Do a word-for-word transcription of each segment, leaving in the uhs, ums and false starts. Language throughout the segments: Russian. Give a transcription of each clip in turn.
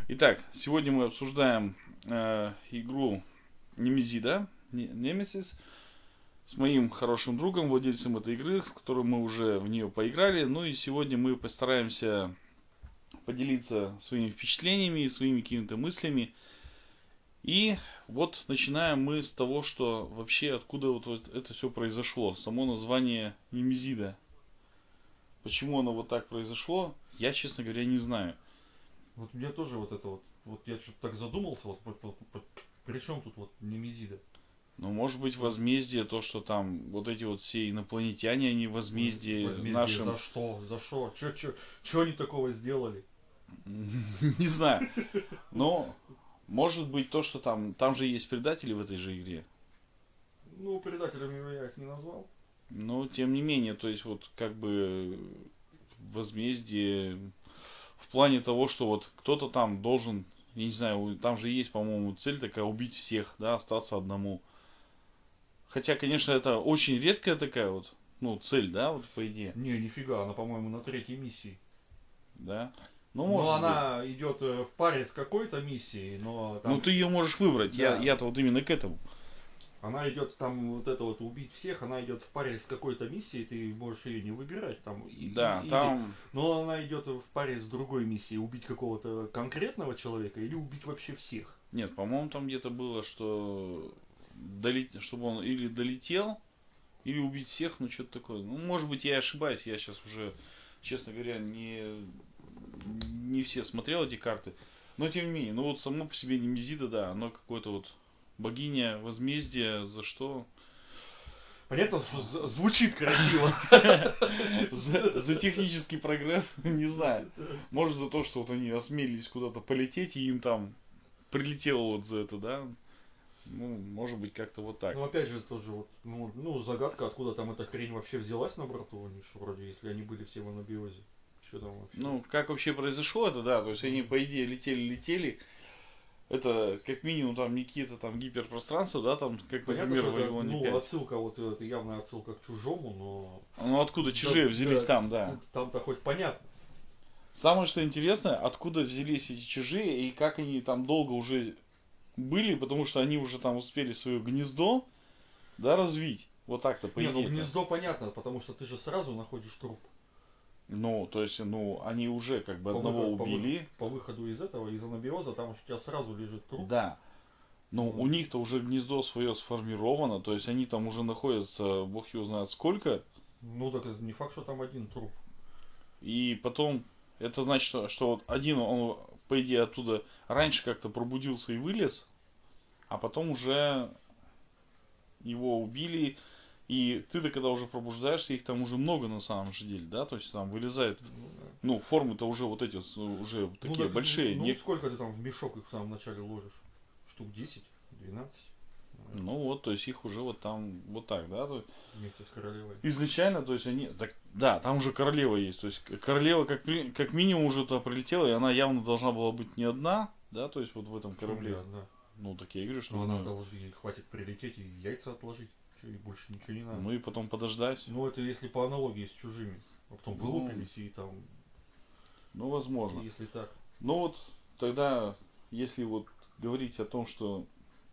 Итак, сегодня мы обсуждаем э, игру Немезида, Nemesis, с моим хорошим другом, владельцем этой игры, с которым мы уже в нее поиграли. Ну и сегодня мы постараемся поделиться своими впечатлениями, своими какими-то мыслями. И вот начинаем мы с того, что вообще откуда вот, вот это все произошло. Само название Немезида. Почему оно вот так произошло, я, честно говоря, не знаю. Вот мне тоже вот это вот, вот я что-то так задумался, вот, вот, вот, вот при чем тут вот Немезида? Ну, может быть, Вот, возмездие, то, что там вот эти вот все инопланетяне, они возмездие возмездие нашим, за что? За что? Че, че, че они такого сделали? не знаю. Но, может быть, то, что там, там же есть предатели в этой же игре. Ну, предателями я их не назвал. Но, тем не менее, то есть, вот, как бы, возмездие в плане того, что вот кто-то там должен, я не знаю, там же есть, по-моему, цель такая, убить всех, да, остаться одному. Хотя, конечно, это очень редкая такая вот, ну, цель, да, вот, по идее, Не, нифига, она, по-моему, на третьей миссии. да. Ну, Но может быть. она идет в паре с какой-то миссией, но Ну, там, ты ее можешь выбрать. Я, да, я-то вот именно к этому. она идет там вот это вот убить всех, она идет в паре с какой-то миссией, ты можешь ее не выбирать там, и- Да, и- или, там... но она идет в паре с другой миссией, убить какого-то конкретного человека или убить вообще всех. Нет, по-моему, там где-то было, что... Долет... Чтобы он или долетел, или убить всех, ну, что-то такое. Ну, может быть, я ошибаюсь. Я сейчас уже, честно говоря, не... Не все смотрел эти карты. Но, тем не менее, ну, вот само по себе Немезида, да, оно какое-то вот... Богиня возмездия, за что? Понятно, что звучит красиво. За, за технический прогресс, не знаю. Может за то, что вот они осмелились куда-то полететь, и им там прилетело вот за это, да? Ну, может быть, как-то вот так. Но опять же тоже вот, ну, ну, загадка, откуда там эта хрень вообще взялась на борту, они ж вроде, если они были все в анабиозе. Что там вообще? Ну, как вообще произошло это, да, то есть они, по идее, летели-летели, это как минимум там не какие-то там гиперпространства, да, там, как, Понятно, например, что в это, Вавилоне ну, пять. отсылка, вот это явная отсылка к чужому, но Ну, откуда да, чужие взялись да, там, да. там-то хоть понятно. Самое, что интересно, откуда взялись эти чужие и как они там долго уже были, потому что они уже там успели свое гнездо, да, развить. Вот так-то, по Не, ну идее-то. гнездо понятно, потому что ты же сразу находишь труп. Ну, то есть, ну, они уже как бы По, одного выход, по, выход, убили. по выходу из этого, из анабиоза, там уж у тебя сразу лежит труп. Да. Но у Ну, них-то уже гнездо свое сформировано, то есть они там уже находятся, бог его знает сколько. ну так это не факт, что там один труп. И потом, это значит, что, что вот один, он, по идее, оттуда раньше как-то пробудился и вылез, а потом уже его убили. И ты-то, когда уже пробуждаешься, их там уже много на самом же деле, да, то есть там вылезают, Ну, да. ну, формы-то уже вот эти, уже Ну, такие так, большие. ну Не... сколько ты там в мешок их в самом начале ложишь? Штук десять, двенадцать, наверное, Ну вот, то есть их уже вот там вот так, да. То есть вместе с королевой. изначально, то есть они, так, да, там уже королева есть, то есть королева как, при- как минимум уже туда прилетела, и она явно должна была быть не одна, да, то есть вот в этом Шум, корабле. да, да. Ну так я и говорю, что Но она ну, должна, ей хватит прилететь и яйца отложить. Чё, и больше ничего не надо. ну и потом подождать. Ну, это если по аналогии с чужими. А потом Ну, вылупились и там, ну возможно. если так. Ну вот тогда, если вот говорить о том, что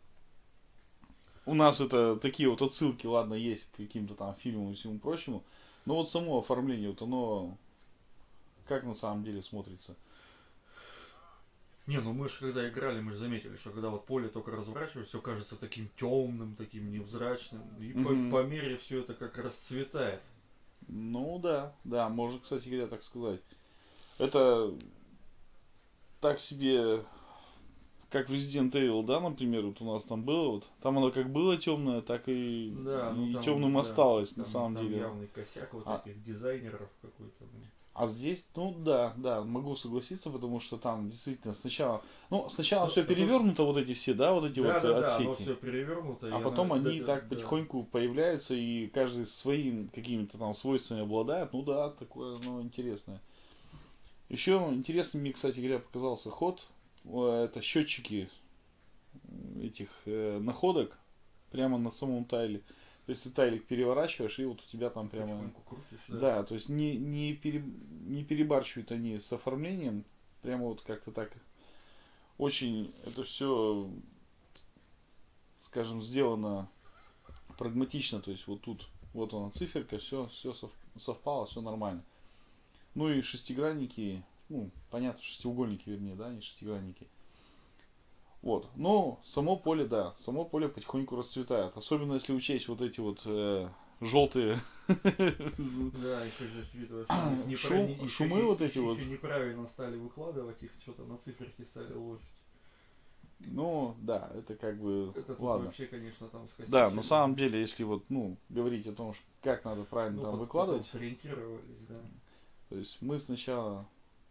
у нас это такие вот отсылки, ладно, есть к каким-то там фильмам и всему прочему, но вот само оформление, вот оно как на самом деле смотрится. Не, ну мы же когда играли, мы же заметили, что когда вот поле только разворачиваешь, все кажется таким темным, таким невзрачным. И по, Угу. по мере все это как расцветает. Ну да, да, можно, кстати говоря, так сказать. Это так себе, как в Resident Evil, да, например, вот у нас там было, вот, там оно как было темное, так и, Да, ну и там, темным да, осталось на там, самом там деле. явный косяк вот А, этих дизайнеров какой-то. Ну. а здесь, ну да, да, могу согласиться, потому что там действительно сначала, ну сначала Ну, все а тут- перевернуто, вот эти все, да, вот эти да, вот да, э, да, оно отсеки. все перевернуто, и А она, потом да, они да, так да. потихоньку появляются, и каждый своим какими-то там свойствами обладает. Ну да, такое, ну, интересное. Еще интересным мне, кстати говоря, показался ход. Э, Это счетчики этих э, находок прямо на самом тайле. То есть ты тайлик переворачиваешь, и вот у тебя там прямо... Потихоньку крутишь, да. Да, то есть не, не, пере, не перебарщивают они с оформлением. Прямо вот как-то так очень это все, скажем, сделано прагматично, то есть вот тут, вот она циферка, все, все совпало, все нормально. Ну и шестигранники, ну, понятно, шестиугольники, вернее, да, не шестигранники. Вот, но само поле, да, само поле потихоньку расцветает, особенно если учесть вот эти вот э, желтые Да, еще же учитывая, что их неправильно, шум, еще, шумы вот эти еще, вот. еще неправильно стали выкладывать, их что-то на циферки стали ложить. Ну, да, это как бы, Это тут ладно. вообще, конечно, там Да, скосячили. на самом деле, если вот, ну, говорить о том, как надо правильно Ну, там под, потом выкладывать, сориентировались, да. то есть мы сначала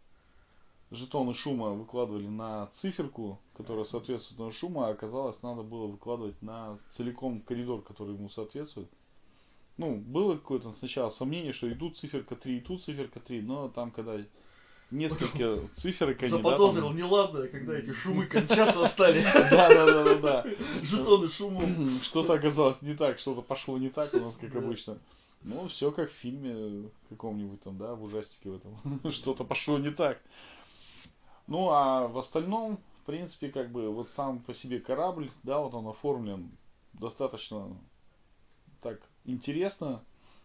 жетоны шума выкладывали на циферку, которая соответствует этому шуму, а оказалось, надо было выкладывать на целиком коридор, который ему соответствует. Ну, было какое-то сначала сомнение, что и тут циферка три, и тут циферка три, но там, когда несколько циферок, они, да, Заподозрил там... неладное, когда эти шумы кончаться стали. Да, да, да, да, да. Жетоны шумов. Что-то оказалось не так, что-то пошло не так у нас, как Да. обычно. Ну, все как в фильме каком-нибудь там, да, в ужастике в этом. Что-то пошло не так. Ну, а в остальном, в принципе, как бы, вот сам по себе корабль, да, вот он оформлен достаточно так интересно.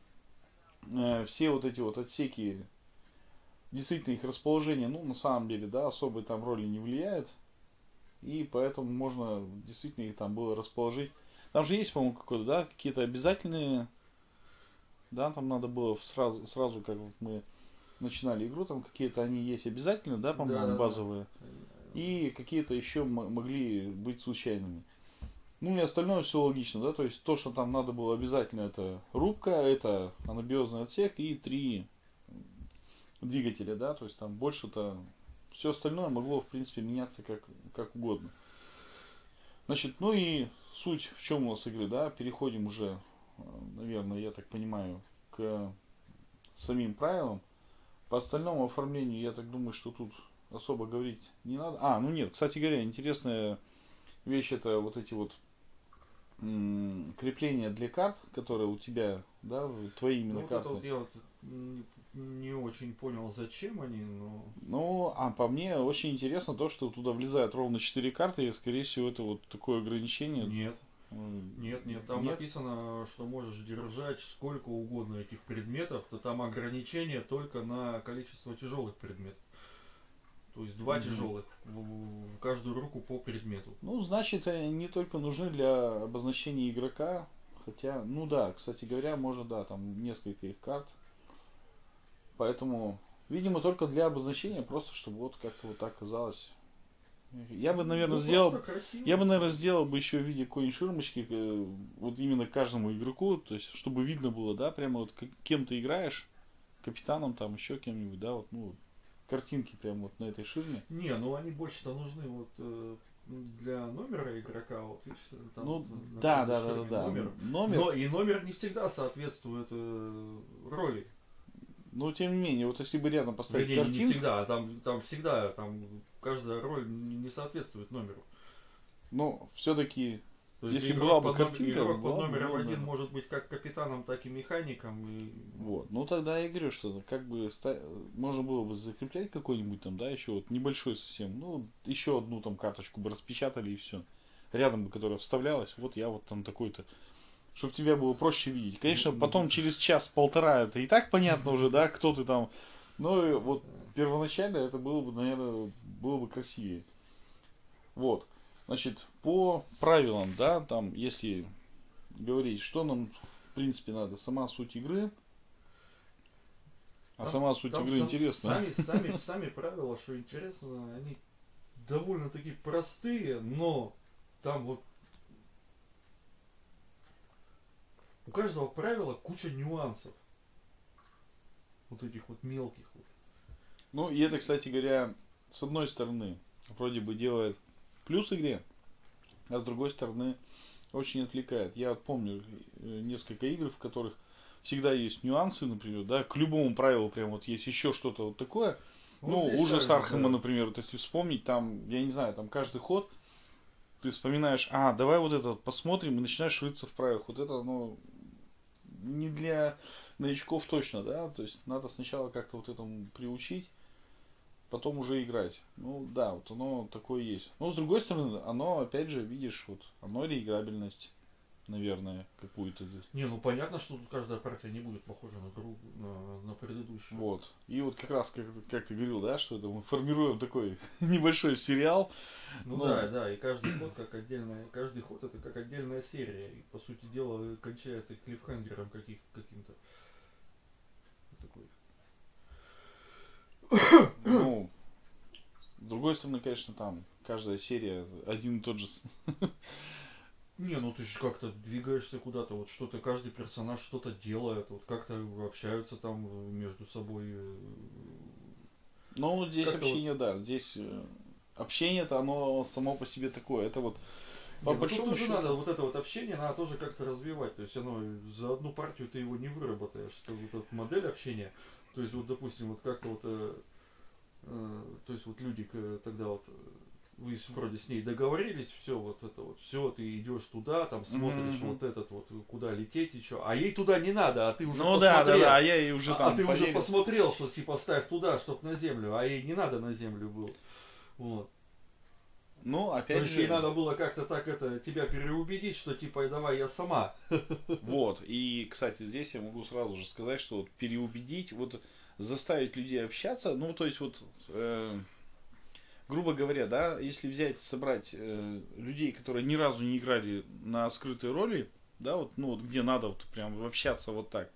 Э, Все вот эти вот отсеки, действительно, их расположение, ну, на самом деле, да, особой там роли не влияет. И поэтому можно действительно их там было расположить. Там же есть, по-моему, какой-то, да, какие-то обязательные, да, там надо было сразу, сразу как вот мы начинали игру, там какие-то они есть обязательно, да, Да, по-моему, да, да. базовые. И какие-то еще м- могли быть случайными. Ну и остальное все логично, да, то есть то, что там надо было обязательно, это рубка, это анабиозный отсек и три двигателя, да, то есть там больше-то все остальное могло, в принципе, меняться как, как угодно. Значит, ну и суть в чем у нас игры, да, переходим уже, э, наверное, я так понимаю, к самим правилам. По остальному оформлению, я так думаю, что тут особо говорить не надо. А, ну нет, кстати говоря, интересная вещь это вот эти вот м, крепления для карт, которые у тебя, да, твои Ну именно вот это карты. вот я вот не, не очень понял, зачем они, но... Ну, а по мне очень интересно то, что туда влезают ровно четыре карты, и, скорее всего, это вот такое ограничение. Нет. М, Нет, нет, там Нет? написано, что можешь держать сколько угодно этих предметов, то там ограничение только на количество тяжелых предметов. То есть два Мгм. тяжелых в, в каждую руку по предмету. Ну, значит, они только нужны для обозначения игрока. Хотя, ну да, кстати говоря, может, да, там несколько их карт. Поэтому, видимо, только для обозначения, просто чтобы вот как-то вот так казалось. Я бы, наверное, Ну сделал, просто красиво. я бы, наверное, Всё. сделал бы еще в виде какой-нибудь ширмочки, э, вот именно каждому игроку, то есть, чтобы видно было, да, прямо вот как- кем ты играешь, капитаном там, еще кем-нибудь, да, вот, ну, вот, картинки прямо вот на этой ширме. Не, ну они больше-то нужны вот э, для номера игрока, вот видишь, э, там Ну, вот на да, каждой да, да, да, ширме да. номер. Номер, Но и номер не всегда соответствует э, роли. но тем не менее, вот если бы рядом поставить Вернее, не, не картинку, всегда, а там, там всегда, там каждая роль не, не соответствует номеру. но все-таки, То есть если была игрок бы под, ном- картинка, игрок под была бы, номером было, один наверное. может быть как капитаном, так и механиком. И... Вот. Ну тогда я говорю, что как бы ста- можно было бы закреплять какой-нибудь там, да, еще вот небольшой совсем, ну, еще одну там карточку бы распечатали и все. Рядом бы, которая вставлялась, вот я вот там такой-то. Чтобы тебя было проще видеть. Конечно, потом через час-полтора это и так понятно уже, да, кто ты там. Но и вот первоначально это было бы, наверное, было бы красивее. Вот. Значит, по правилам, да, там, если говорить, что нам, в принципе, надо, сама суть игры, а Там, сама суть там игры сам- интересна. сами, сами, сами правила, что интересно, они довольно-таки простые, но там вот у каждого правила куча нюансов. Вот этих вот мелких вот. Ну, и это, кстати говоря, с одной стороны, вроде бы делает плюс игре, а с другой стороны, очень отвлекает. Я вот помню э, несколько игр, в которых всегда есть нюансы, например, да, к любому правилу прям вот есть еще что-то вот такое. Вот Ну, здесь ужас также, Архема, да. например, вот если вспомнить, там, я не знаю, там каждый ход ты вспоминаешь, а, давай вот это вот посмотрим, и начинаешь рыться в правилах. Вот это, ну, не для новичков точно, да, то есть надо сначала как-то вот этому приучить. потом уже играть. Ну да, вот оно такое есть. Но с другой стороны, оно, опять же, видишь, вот оно реиграбельность, наверное, какую-то. Не, ну понятно, что тут каждая партия не будет похожа на другу, на, на предыдущую. Вот. И вот как раз, как, как ты говорил, да, что это мы формируем такой небольшой сериал. Ну Ну, да, да, и каждый ход как отдельная, каждый ход это как отдельная серия. И по сути дела кончается клиффхенгером каких, каким-то. Такой. ну, с другой стороны, конечно, там каждая серия один и тот же. Не, ну ты же как-то двигаешься куда-то, вот что-то, каждый персонаж что-то делает, вот как-то общаются там э, между собой. э, Но вот здесь Как-то вот. общение, да, здесь э, общение-то оно само по себе такое. Это вот по Не, ну тут большому тоже счету. надо вот это вот общение, надо тоже как-то развивать. То есть оно за одну партию ты его не выработаешь. Это вот эта модель общения. То есть вот, допустим, вот как-то вот, э, э, то есть вот люди к- тогда вот э, вы с- вроде с ней договорились, все вот это вот, все, ты идешь туда, там смотришь Мгм, мгм. вот этот вот, куда лететь и что, а ей туда не надо, а ты уже Ну да, да, посмотрел, да, а я и уже а, а там ты уже поверил. посмотрел, что типа ставь туда, чтоб на землю, а ей не надо на землю было, вот. Ну, То опять есть ей же, надо было как-то так это тебя переубедить, что типа давай я сама. вот. И, кстати, здесь я могу сразу же сказать, что вот переубедить, вот заставить людей общаться, ну, то есть вот, э, грубо говоря, да, если взять, собрать э, людей, которые ни разу не играли на скрытые роли, да, вот, ну, вот где надо вот прям общаться вот так,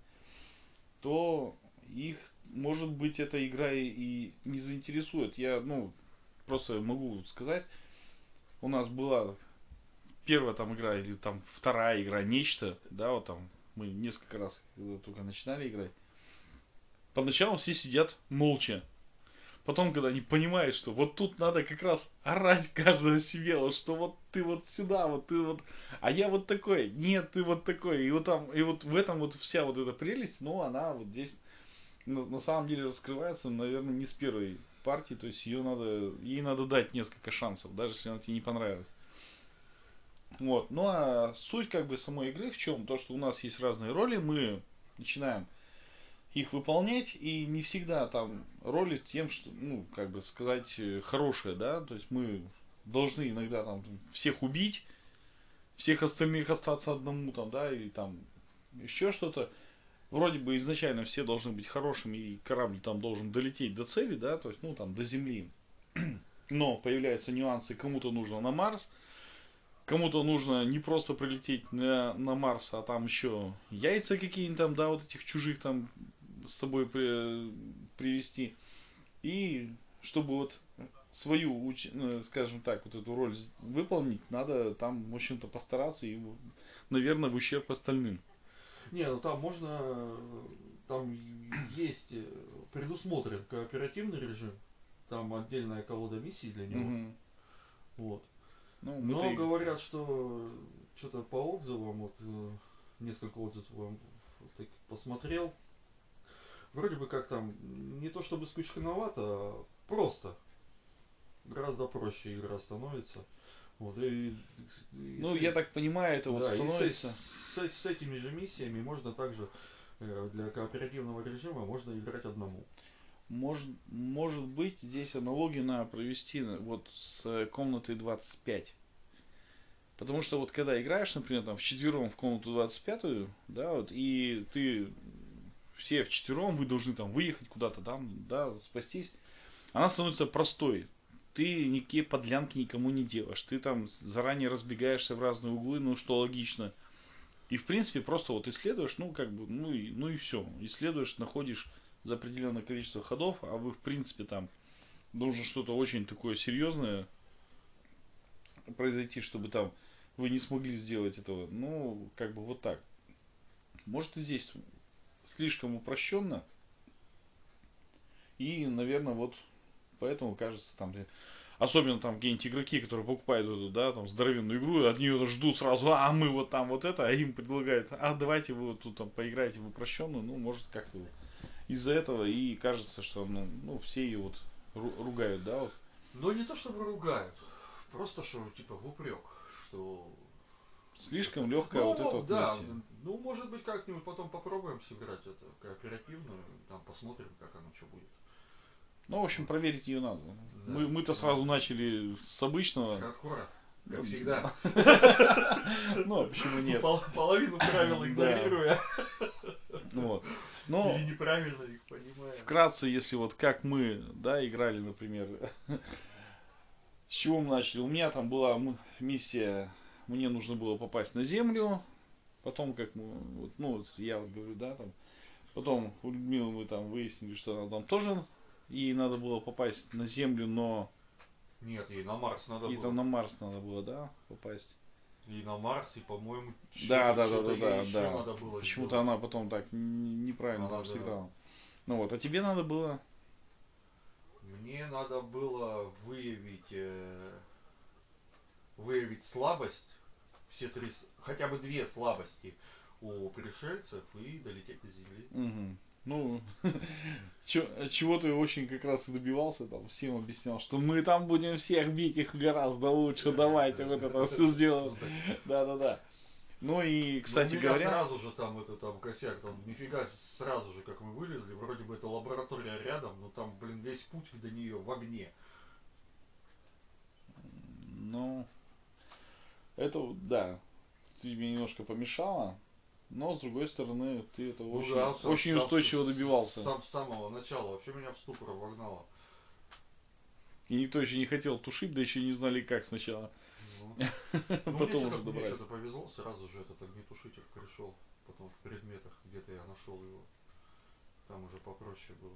то их, может быть, эта игра и, и не заинтересует. Я, ну, просто могу сказать, у нас была первая там игра или там вторая игра, нечто, да, вот там мы несколько раз когда только начинали играть. Поначалу все сидят молча. Потом, когда они понимают, что вот тут надо как раз орать каждого себе, вот что вот ты вот сюда, вот ты вот, а я вот такой, нет, ты вот такой, и вот там, и вот в этом вот вся вот эта прелесть, ну, она вот здесь на, на самом деле раскрывается, наверное, не с первой партии, то есть ее надо, ей надо дать несколько шансов, даже если она тебе не понравилась. Вот. Ну а суть как бы самой игры в чем? То, что у нас есть разные роли, мы начинаем их выполнять, и не всегда там роли тем, что, ну, как бы сказать, э, хорошие, да, то есть мы должны иногда там всех убить, всех остальных остаться одному там, да, или там еще что-то. Вроде бы изначально все должны быть хорошими, и корабль там должен долететь до цели, да, то есть, ну, там, до Земли. Но появляются нюансы, кому-то нужно на Марс, кому-то нужно не просто прилететь на, на Марс, а там еще яйца какие-нибудь там, да, вот этих чужих там с собой при, привезти. И чтобы вот свою, уч- ну, скажем так, вот эту роль выполнить, надо там, в общем-то, постараться и, наверное, в ущерб остальным. Не, ну там можно, э, там есть э, предусмотрен кооперативный режим, там отдельная колода миссий для него, Мгм. вот. Ну, мы-то Но и... говорят, что что-то по отзывам, вот э, несколько отзывов вам так посмотрел, вроде бы как там не то чтобы скучновато, а просто, гораздо проще игра становится. Вот, и, и Ну, с, я так понимаю, это вот да, и с, становится... с, с этими же миссиями можно также э, для кооперативного режима можно играть одному. Может, может быть, здесь аналогию надо провести вот с комнатой двадцать пять. Потому что вот когда играешь, например, там вчетвером в комнату двадцать пятую, да, вот, и ты все вчетвером, вы должны там выехать куда-то там, да, спастись, она становится простой. Ты никакие подлянки никому не делаешь. Ты там заранее разбегаешься в разные углы, ну что логично. И в принципе просто вот исследуешь, ну как бы, ну и, ну и все. Исследуешь, находишь за определенное количество ходов, а вы в принципе там должно что-то очень такое серьезное произойти, чтобы там вы не смогли сделать этого. Ну, как бы вот так. Может и здесь слишком упрощенно. И, наверное, вот поэтому кажется там, особенно там какие-нибудь игроки, которые покупают эту, да, там здоровенную игру, от нее ждут сразу, а мы вот там вот это, а им предлагают, а давайте вы вот тут там поиграете в упрощенную, ну, может как-то вот из-за этого и кажется, что ну, ну все ее вот ругают, да, вот. Но не то чтобы ругают, просто что типа в упрек, что Слишком легкая вот эта ну, вот да, миссия. ну, может быть, как-нибудь потом попробуем сыграть это кооперативную, там посмотрим, как оно что будет. Ну, в общем, проверить ее надо. Да. Мы, мы-то сразу начали с обычного. С хардкора, как всегда. Ну, а почему нет? Пол- половину правил игнорируя. Вот. Но Или неправильно их понимая. вкратце, если вот как мы, да, играли, например, с чего мы начали? У меня там была м- миссия, мне нужно было попасть на Землю, потом как мы, вот, ну, вот я вот говорю, да, там, потом у Людмилы мы там выяснили, что она там тоже, ей надо было попасть на Землю, но Нет, ей на Марс надо ей было. там на Марс надо было, да, попасть. И на Марс, и, по-моему, Да, что-то- да, да, что-то да, ей да, еще да. надо было Почему-то сделать. она потом так н- неправильно Она, там да. сыграла. Ну вот, а тебе надо было. Мне надо было выявить, э, выявить слабость, все три, с- хотя бы две слабости у пришельцев и долететь до Земли. Мгм. Ну, чё- чего ты очень как раз и добивался, там, всем объяснял, что мы там будем всех бить, их гораздо лучше, давайте вот это все сделаем. Ну, так. Да-да-да. Ну и, Ну, кстати у меня говоря, сразу же там это там косяк, там нифига сразу же как мы вылезли, вроде бы это лаборатория рядом, но там, блин, весь путь до нее в огне. ну, это, вот, да, ты тебе немножко помешало, но, с другой стороны, ты это Ну очень, да, сам- очень сам- устойчиво добивался. Сам с самого начала вообще меня в ступор вогнало. И никто еще не хотел тушить, да еще не знали как сначала. Ну, Потом ну, мне уже что-то, мне добрались. что-то повезло, сразу же этот огнетушитель пришел, потом в предметах где-то я нашел его, там уже попроще было.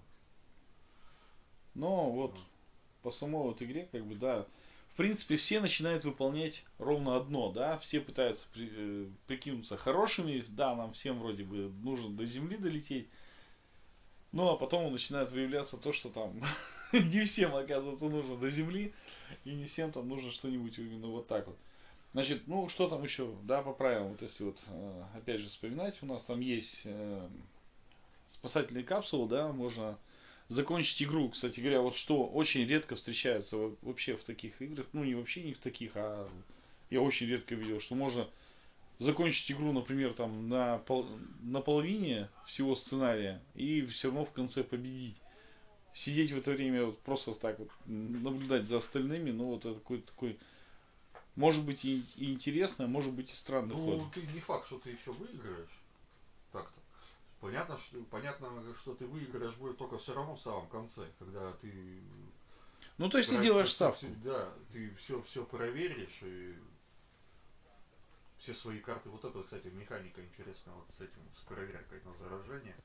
Но вот Ну. по самой вот игре, как бы, да, в принципе, все начинают выполнять ровно одно, да, все пытаются при- э, прикинуться хорошими, да, нам всем вроде бы нужно до земли долететь, ну, а потом начинает выявляться то, что там не всем, оказывается, нужно до земли, и не всем там нужно что-нибудь именно вот так вот. Значит, ну, что там еще, да, по правилам, вот если вот, э, опять же, вспоминать, у нас там есть э, спасательные капсулы, да, можно закончить игру, кстати говоря, вот что очень редко встречается во- вообще в таких играх, ну не вообще не в таких, а я очень редко видел, что можно закончить игру, например, там на, пол, на половине всего сценария и все равно в конце победить. Сидеть в это время вот просто так вот наблюдать за остальными, ну вот это такой такой, может быть и, и интересно, а может быть и странный ход. Ну, ты не факт, что ты еще выиграешь. Так-то. Понятно, что, понятно, что ты выиграешь будет только все равно в самом конце, когда ты... Ну то есть ты про- делаешь всё- ставку. всё- Да, ты все, все проверишь и все свои карты. Вот это, кстати, механика интересная, вот с этим, с проверкой на заражение.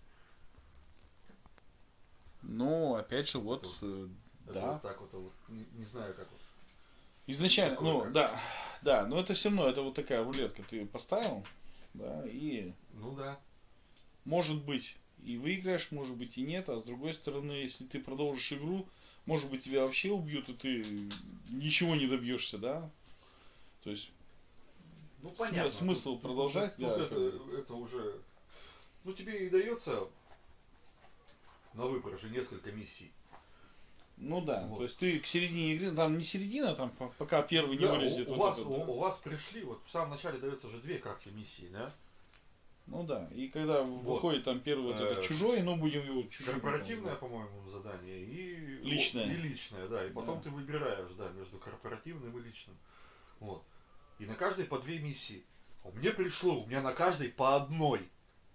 Ну, опять же, вот, Это э, Это да. вот так вот, вот не, не знаю, как вот. Изначально, Такое ну, как. да, да, но это все равно, это вот такая рулетка, ты поставил, да, и Ну да. может быть и выиграешь, может быть и нет, а с другой стороны, если ты продолжишь игру, может быть тебя вообще убьют, и ты ничего не добьешься, да, то есть Ну см- понятно. смысл тут, продолжать, тут, тут да, это, как бы. это уже. Ну тебе и дается на выбор же несколько миссий. Ну да, Вот. то есть ты к середине игры, там не середина, там по- пока первый не Да, вылезет у, у вот вас, этот, у, да? у вас пришли, вот в самом начале дается же две карты миссии, да? Ну да, и когда выходит там первый вот этот Э, чужой, ну будем его чужим. Корпоративное, называть. по-моему, задание и Личное. И личное, да. И потом Да. ты выбираешь, да, между корпоративным и личным. Вот. И на каждой по две миссии. А мне пришло, у меня на каждой по одной.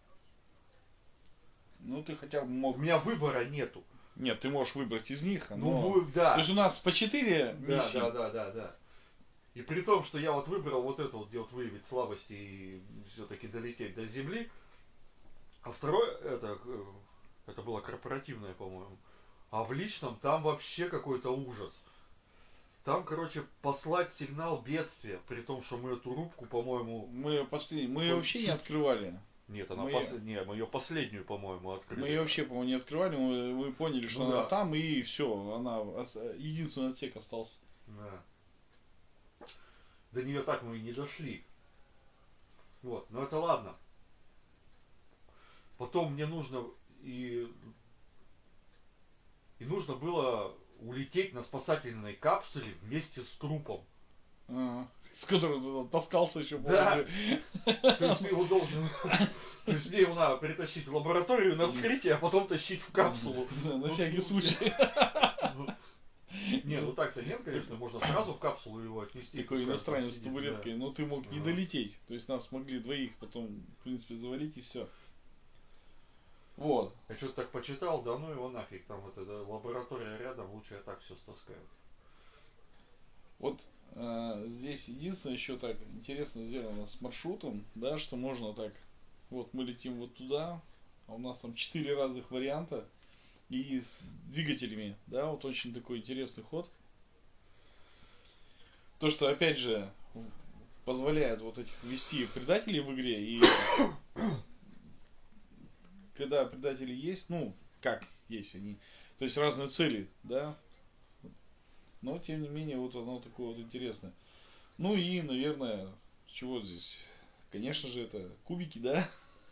Ну ты хотя бы У мог. меня выбора нету. Нет, ты можешь выбрать из них. Ну но- вы, да. То есть у нас по четыре Да, миссии. да, да, да, да. И при том, что я вот выбрал вот это вот, где вот выявить слабости и все-таки долететь до земли. А второе, это, э, это было корпоративное, по-моему. А в личном там вообще какой-то ужас. Там, короче, послать сигнал бедствия, при том, что мы эту рубку, по-моему... Мы ее после... мы ее Ой, вообще не чуть- открывали. Нет, она Мы пос... её- Не, мы ее последнюю, по-моему, открыли. Мы ее вообще, по-моему, не открывали. Мы, мы поняли, что Ну она да. там, и все. Она ос- единственный отсек остался. Да. До нее так мы и не дошли. Вот, но это ладно. Потом мне нужно и... И нужно было улететь на спасательной капсуле вместе с трупом. А, с которым ты таскался еще. Да. То есть ты его должен... То есть мне его надо перетащить в лабораторию на вскрытие, а потом тащить в капсулу. На всякий случай. Не, ну так-то нет, конечно, можно сразу в капсулу его отнести. Такой иностранец с табуреткой, но ты мог не долететь. То есть нас могли двоих потом, в принципе, завалить и все. Вот. Я что-то так почитал, да ну его нафиг, там вот эта лаборатория рядом, лучше я так все стаскаю. Вот э, здесь единственное еще так интересно сделано с маршрутом, да, что можно так, вот мы летим вот туда, а у нас там четыре разных варианта, и с двигателями, да, вот очень такой интересный ход. То, что опять же позволяет вот этих ввести предателей в игре, и когда предатели есть, ну, как есть они, то есть разные цели, да, но тем не менее вот оно такое вот интересное. Ну и, наверное, чего здесь? Конечно же, это кубики, да?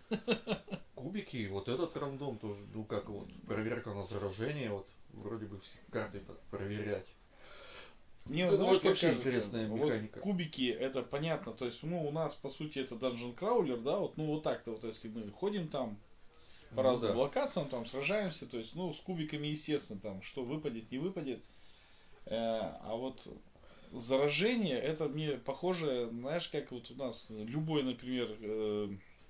Кубики, вот этот рандом тоже, ну как вот, проверка на заражение, вот вроде бы все карты так проверять. Мне это вот, вот вообще кажется, интересная механика. Вот кубики, это понятно, то есть, ну, у нас, по сути, это Dungeon Crawler, да, вот, ну, вот так-то, вот, если мы ходим там по ну, разным да. локациям, там, сражаемся, то есть, ну, с кубиками, естественно, там, что выпадет, не выпадет, э, а вот заражение, это мне похоже, знаешь, как вот у нас любой, например, э,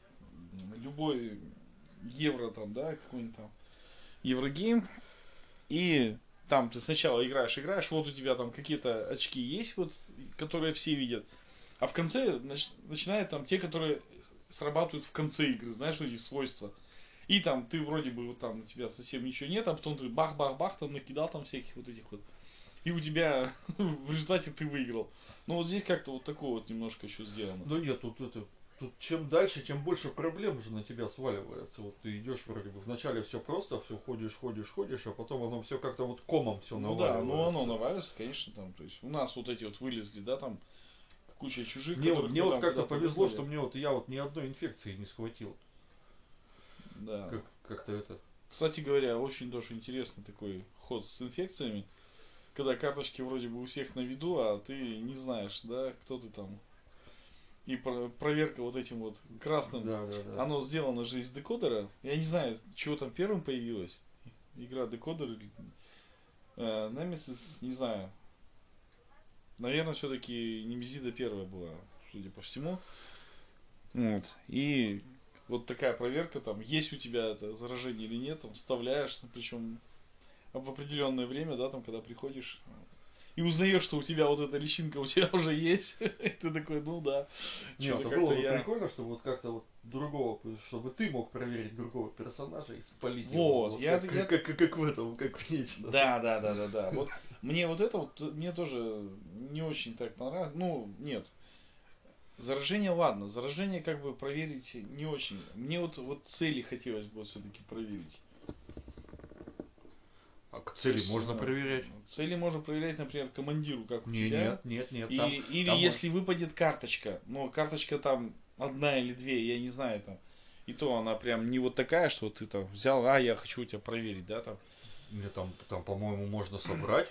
любой евро там, да, какой-нибудь там еврогейм, и там ты сначала играешь, играешь, вот у тебя там какие-то очки есть, вот, которые все видят, а в конце нач- начинают там те, которые срабатывают в конце игры, знаешь, эти свойства. И там ты вроде бы вот там у тебя совсем ничего нет, а потом ты бах-бах-бах там накидал там всяких вот этих вот. И у тебя в результате ты выиграл. Ну вот здесь как-то вот такое вот немножко еще сделано. Ну нет, тут это. Тут чем дальше, тем больше проблем уже на тебя сваливается. Вот ты идешь вроде бы вначале все просто, все ходишь, ходишь, ходишь, а потом оно все как-то вот комом все ну наваливается. Ну да, ну оно наваливается, конечно, там. То есть у нас вот эти вот вылезли, да, там куча чужих. Мне, мне вот как-то повезло, что мне вот я вот ни одной инфекции не схватил. Да. Как, как-то это. Кстати говоря, очень тоже интересный такой ход с инфекциями. Когда карточки вроде бы у всех на виду, а ты не знаешь, да, кто ты там. И проверка вот этим вот красным, да, да, да. Оно сделано же из декодера. Я не знаю, чего там первым появилось. Игра декодер или э, Nemesis, не знаю. Наверное, все-таки Немезида первая была, судя по всему. Вот. И вот такая проверка, там, есть у тебя это заражение или нет, там, вставляешь, причем в определенное время, да, там, когда приходишь, и узнаешь, что у тебя вот эта личинка у тебя уже есть. Ты такой, ну да. Нет, это было бы я... прикольно, чтобы вот как-то вот другого, чтобы ты мог проверить другого персонажа и спалить вот, его. Вот, я, как, я... Как, как, как в этом, как в Нечто. Да, да, да, да, да. Вот мне вот это вот, мне тоже не очень так понравилось. Ну, нет. Заражение, ладно, заражение как бы проверить не очень. Мне вот, вот цели хотелось бы все-таки проверить. А к цели есть, можно проверять? Цели можно проверять, например, командиру, как у не, тебя. Нет, нет, нет. И, там, или там если может... выпадет карточка, но карточка там одна или две, я не знаю там. И то она прям не вот такая, что ты там взял, а я хочу тебя проверить, да, там. Нет, там, там, по-моему, можно собрать.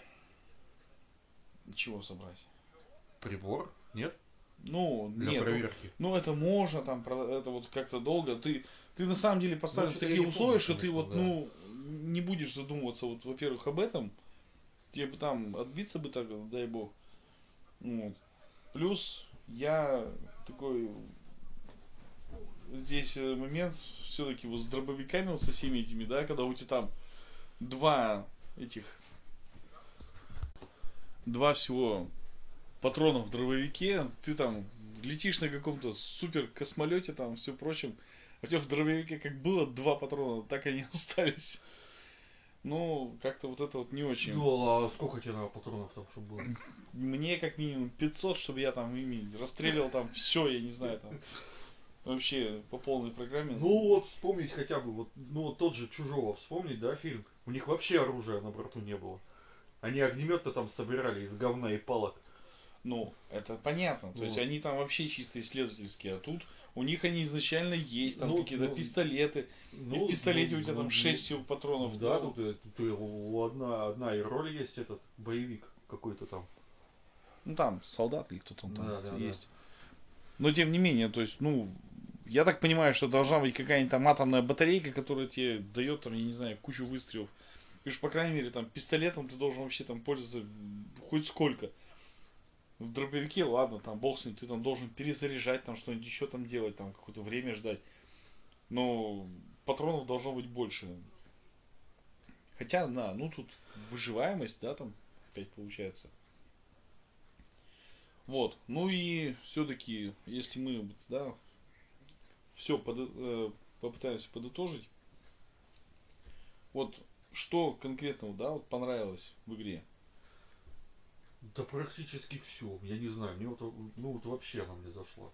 Чего собрать? Прибор, нет? Ну, для нет, проверки. Ну, ну, это можно, там, это вот как-то долго. Ты, ты на самом деле поставишь ну, такие условия, помню, что конечно, ты вот, да. ну, не будешь задумываться, вот, во-первых, об этом. Тебе бы там отбиться бы так, дай бог. Вот. Плюс я такой здесь момент все-таки вот с дробовиками, вот со всеми этими, да, когда у тебя там два этих, два всего патронов в дробовике, ты там летишь на каком-то супер космолете, там все прочим, а у тебя в дробовике как было два патрона, так они остались. Ну, как-то вот это вот не очень. Ну, а сколько тебе надо патронов там, чтобы было? Мне как минимум пятьсот, чтобы я там ими расстреливал там все, я не знаю, там вообще по полной программе. Ну вот вспомнить хотя бы, вот, ну вот тот же Чужого вспомнить, да, фильм? У них вообще оружия на борту не было. Они огнемет-то там собирали из говна и палок. Ну, это понятно. То вот. есть они там вообще чисто исследовательские, а тут у них они изначально есть, там ну, какие-то ну, пистолеты. Ну, и в пистолете ну, у тебя ну, там шесть всего патронов. Да, тут, тут, тут у одна, одна и роль есть этот боевик какой-то там. Ну там солдат или кто-то там Да, да, есть. Но тем не менее, то есть, ну, я так понимаю, что должна быть какая-нибудь там атомная батарейка, которая тебе дает, там, я не знаю, кучу выстрелов. И уж, по крайней мере, там, пистолетом ты должен вообще там пользоваться хоть сколько. В дробовике, ладно, там, бог с ним, ты там должен перезаряжать, там, что-нибудь еще там делать, там, какое-то время ждать. Но патронов должно быть больше. Хотя, на, ну, тут выживаемость, да, там, опять получается. Вот, ну и все-таки, если мы, да, все подо- э, попытаемся подытожить, вот что конкретного, да, вот понравилось в игре? Да практически все. Я не знаю, мне вот, ну вот вообще она мне зашла.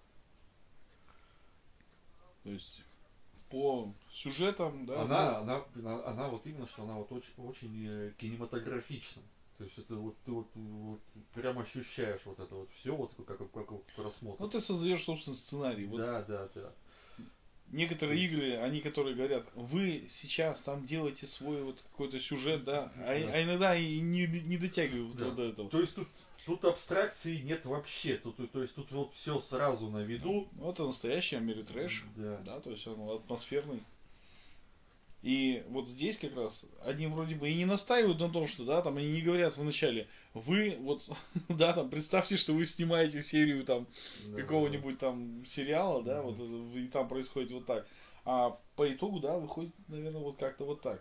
То есть по сюжетам, да, ну, Она, она, она, она вот именно, что она вот очень, очень э, кинематографична. То есть это вот ты вот, вот прям ощущаешь вот это вот все, вот как, как, как вот просмотр. ну ты создаешь собственный сценарий. Вот Да, да, да. То некоторые есть, игры, они которые говорят, вы сейчас там делаете свой вот какой-то сюжет, да, а, да. а иногда и не, не дотягивают Да. вот до этого. То есть тут, тут абстракции нет вообще. Тут, то есть тут вот все сразу на виду. Ну, это настоящий Америтрэш, Да. да, то есть он атмосферный. И вот здесь как раз они вроде бы и не настаивают на том, что, да, там они не говорят вначале, вы вот, да, там представьте, что вы снимаете серию там Да, какого-нибудь там сериала, да, Мгм. вот и там происходит вот так. А по итогу, да, выходит, наверное, вот как-то вот так.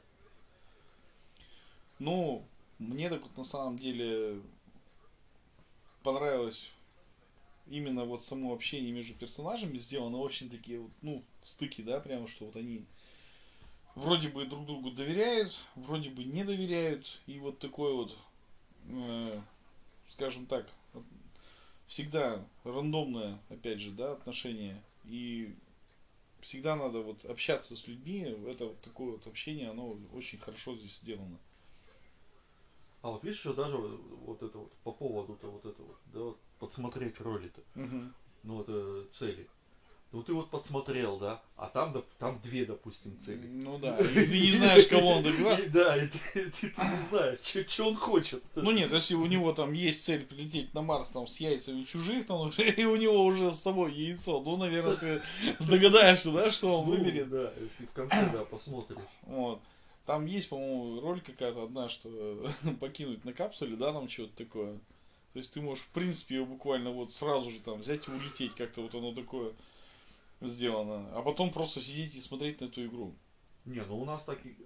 Ну, мне так вот на самом деле понравилось именно вот само общение между персонажами сделано очень такие вот, ну, стыки, да, прямо что вот они вроде бы друг другу доверяют, вроде бы не доверяют, и вот такое вот, э, скажем так, всегда рандомное, опять же, да, отношение, и всегда надо вот общаться с людьми, это вот такое вот общение, оно очень хорошо здесь сделано. А вот видишь, что даже вот, вот это вот по поводу-то вот это вот, да, вот подсмотреть роли-то, Угу. ну вот э, цели. Ну ты вот подсмотрел, да, а там, доп- там две, допустим, цели. Ну да, и ты не знаешь, кого он добивается. И да, и ты, ты- ты не знаешь, что он хочет. Ну нет, если у него там есть цель прилететь на Марс там с яйцами чужих, там, и у него уже с собой яйцо, ну, наверное, ты догадаешься, да, что он Ну, выберет. да, если в конце, да, посмотришь. Вот. Там есть, по-моему, роль какая-то одна, что покинуть на капсуле, да, там что-то такое. То есть ты можешь, в принципе, ее буквально вот сразу же там взять и улететь, как-то вот оно такое сделано. А потом просто сидеть и смотреть на эту игру. Не, ну у нас так и...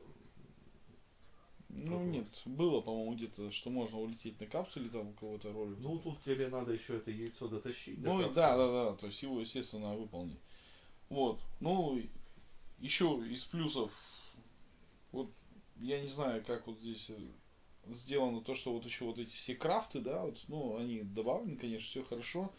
Ну Как вот. нет, было, по-моему, где-то, что можно улететь на капсуле, там у кого-то роль. Вот Ну эта. тут тебе надо еще это яйцо дотащить до Ну и капсулы. да, да, да, то есть его, естественно, выполнить. Вот. Ну, еще из плюсов, вот я не знаю, как вот здесь э, сделано то, что вот еще вот эти все крафты, да, вот, ну, они добавлены, конечно, все хорошо,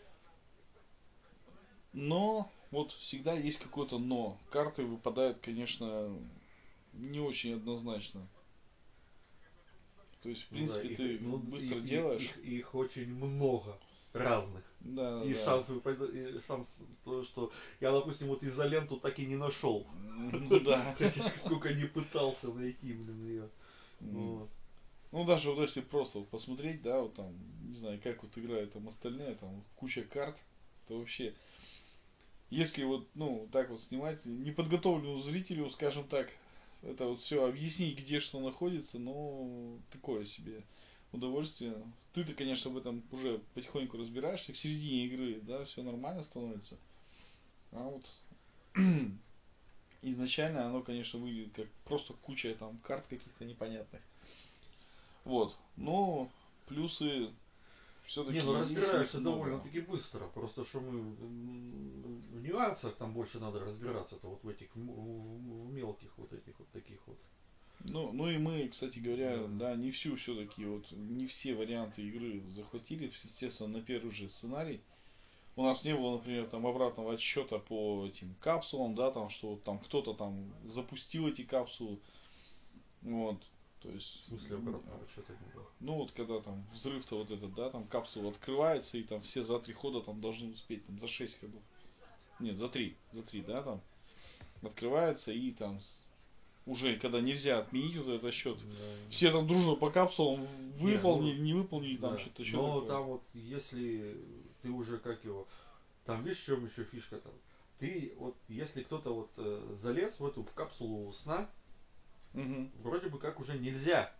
но вот всегда есть какое-то но. Карты выпадают, конечно, не очень однозначно. То есть, в Ну да, принципе, их, ты ну, быстро их, их, делаешь. их, их очень много разных. Да, И да. шанс, выпад- и шанс то, что я, допустим, вот изоленту так и не нашел. Ну да. Хотя сколько не пытался найти, блин, ее. Вот. Ну, даже вот если просто вот посмотреть, да, вот там, не знаю, как вот играют там остальные, там куча карт, то вообще, если вот, ну, так вот снимать, неподготовленному зрителю, скажем так, это вот все объяснить, где что находится, ну, такое себе удовольствие. Ты-то, конечно, в этом уже потихоньку разбираешься, к середине игры, да, все нормально становится. А вот изначально оно, конечно, выглядит как просто куча там карт каких-то непонятных. Вот. Но плюсы Не, все-таки ну есть, их разбираешься много. довольно-таки быстро. Просто что мы м, в нюансах там больше надо разбираться-то вот в этих в, в- в мелких вот этих вот таких вот. Ну, ну и мы, кстати говоря, Да. да, не всю все-таки, вот не все варианты игры захватили, естественно, на первый же сценарий. У нас не было, например, там обратного отсчета по этим капсулам, да, там, что вот там кто-то там запустил эти капсулы. Вот. То есть, В смысле обратного что-то не было. ну вот когда там взрыв-то вот этот, да, там капсула открывается, и там все за три хода там должны успеть, там за шесть ходов. Нет, за три, за три, да, там открывается, и там уже когда нельзя отменить вот этот счет. Да. Все там дружно по капсулам выполнили, Не, ну, не выполнили, там да. что-то еще Но такое. там вот, если ты уже как его, там видишь, в чем еще фишка там? Ты вот, если кто-то вот э, залез в эту, в капсулу сна, Угу. вроде бы как уже нельзя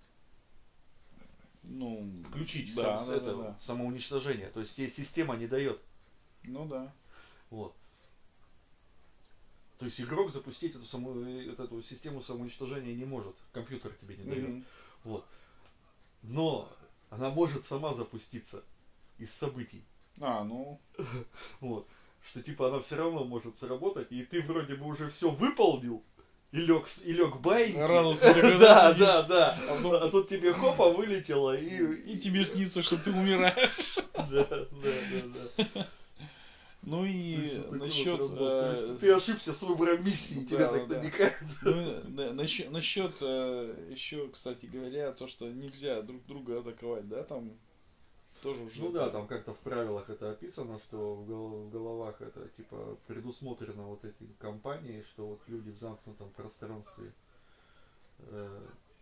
Ну, включить да, сам, да, это, да, да. самоуничтожение. То есть тебе система не дает. Ну да. Вот. То есть игрок запустить эту, саму, вот эту систему самоуничтожения не может. Компьютер тебе не дает. Мгм. Вот. Но она может сама запуститься из событий. А, ну, Вот. Что типа она все равно может сработать, и ты вроде бы уже все выполнил, и лег, и лег баиньки. радостно тогда Да, сидишь, да, да. а потом- А тут тебе хопа вылетело, и... и тебе снится, что ты умираешь. Да, да, да, да. Ну То и есть вот такой насчет... вот разбор. То есть э, ты ошибся с выбором миссии, да, тебе да, так да. намекают. Ну, насчет, насчет еще, кстати говоря, то, что нельзя друг друга атаковать, да, там тоже уже... Ну это- да, там как-то в правилах это описано, что в, гол- в головах это типа предусмотрено вот эти компании, что вот люди в замкнутом пространстве э,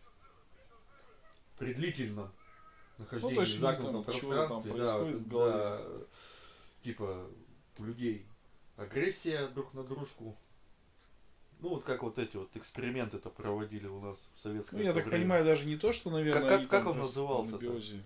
при длительном нахождении Ну, то есть в у них замкнутом там чего-то там пространстве, да, происходит вот, в голове. да, типа у людей агрессия друг на дружку. Ну вот как вот эти вот эксперименты-то проводили у нас в советское Ну, я так время. понимаю, даже не то, что, наверное, Как- как- они как там он просто назывался-то? в анабиозе.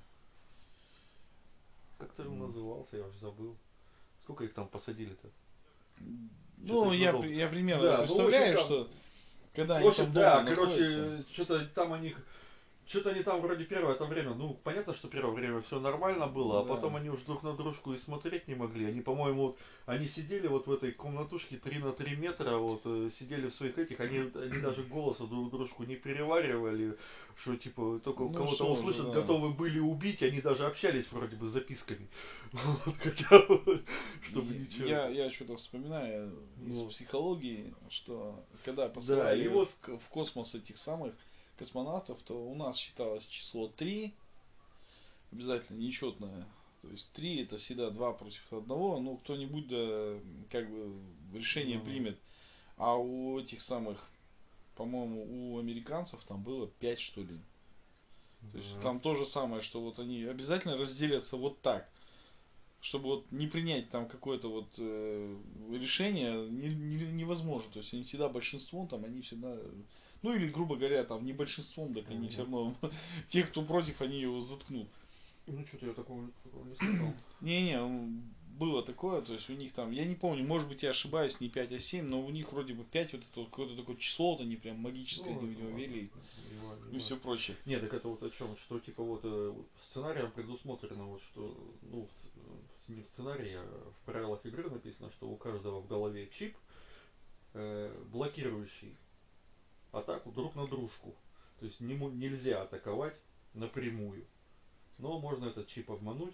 Как-то он Ну. назывался, я уже забыл. Сколько их там посадили-то? Ну, Что-то я, надолго. при- я примерно Да, ну, в представляю, общем, там- что когда В они общем, там да, долго находятся... короче, что-то там они, что-то они там вроде первое это время, ну, понятно, что первое время все нормально было, а Да. потом они уж друг на дружку и смотреть не могли. Они, по-моему, вот, они сидели вот в этой комнатушке три на три метра, вот, э, сидели в своих этих, они, они даже голоса друг дружку не переваривали, что, типа, только Ну, кого-то всё уже, услышат, да. готовы были убить, они даже общались вроде бы записками. Вот, хотя, чтобы И ничего. Я, я что-то вспоминаю из Ну. психологии, что когда посылали и вот- в, к- в космос этих самых космонавтов, то у нас считалось число три, обязательно нечетное. То есть три это всегда два против одного, ну кто-нибудь да как бы решение Ну. примет. А у этих самых, по-моему, у американцев там было пять что ли. То есть Да. там то же самое, что вот они обязательно разделятся вот так. Чтобы вот не принять там какое-то вот э, решение не, не- невозможно. То есть они всегда большинством, там они всегда. Ну или, грубо говоря, там не большинством, так они Мгм. все равно тех, кто против, они его заткнут. Ну, что-то я такого, такого не слышал. Не-не, м, было такое, то есть у них там, я не помню, может быть я ошибаюсь, не пять, а семь, но у них вроде бы пять вот это вот какое-то такое число, вот они прям магическое, Ну, они в это него ладно, вели не ва- не и важно. все прочее. Нет, так это вот о чем, что типа вот э, вот сценарием предусмотрено вот что, ну, в ц- в- не в сценарии, а в правилах игры написано, что у каждого в голове чип, э, блокирующий атаку друг на дружку. То есть не, мо- нельзя атаковать напрямую. Но можно этот чип обмануть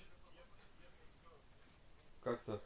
как-то,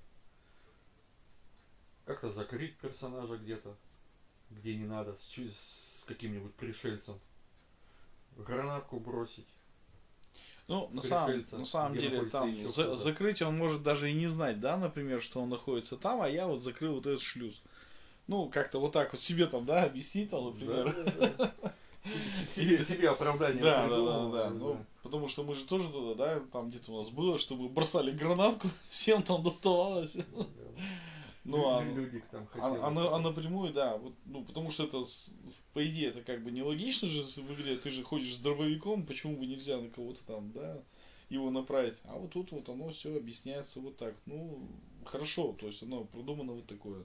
как-то закрыть персонажа где-то, где не надо, с, чу- с каким-нибудь пришельцем, гранатку бросить. Ну, на самом, Пришельца, на самом где деле, находится там еще за- кто-то. закрыть он может даже и не знать, да, например, что он находится там, а я вот закрыл вот этот шлюз. Ну, как-то вот так вот себе там, да, объяснить там, например. Да, да, да. Себе, себе оправдание Да, да, да, придумал, да. Ну, потому что мы же тоже тогда, да, там где-то у нас было, что мы бросали гранатку, всем там доставалось. да. Ну, а, Лю- Людик там а, хотел. а на- а напрямую, да, вот, ну, потому что это, с- по идее, это как бы нелогично же в игре, ты же ходишь с дробовиком, почему бы нельзя на кого-то там, да, его направить. А вот тут вот оно все объясняется вот так. Ну, хорошо, то есть оно продумано вот такое.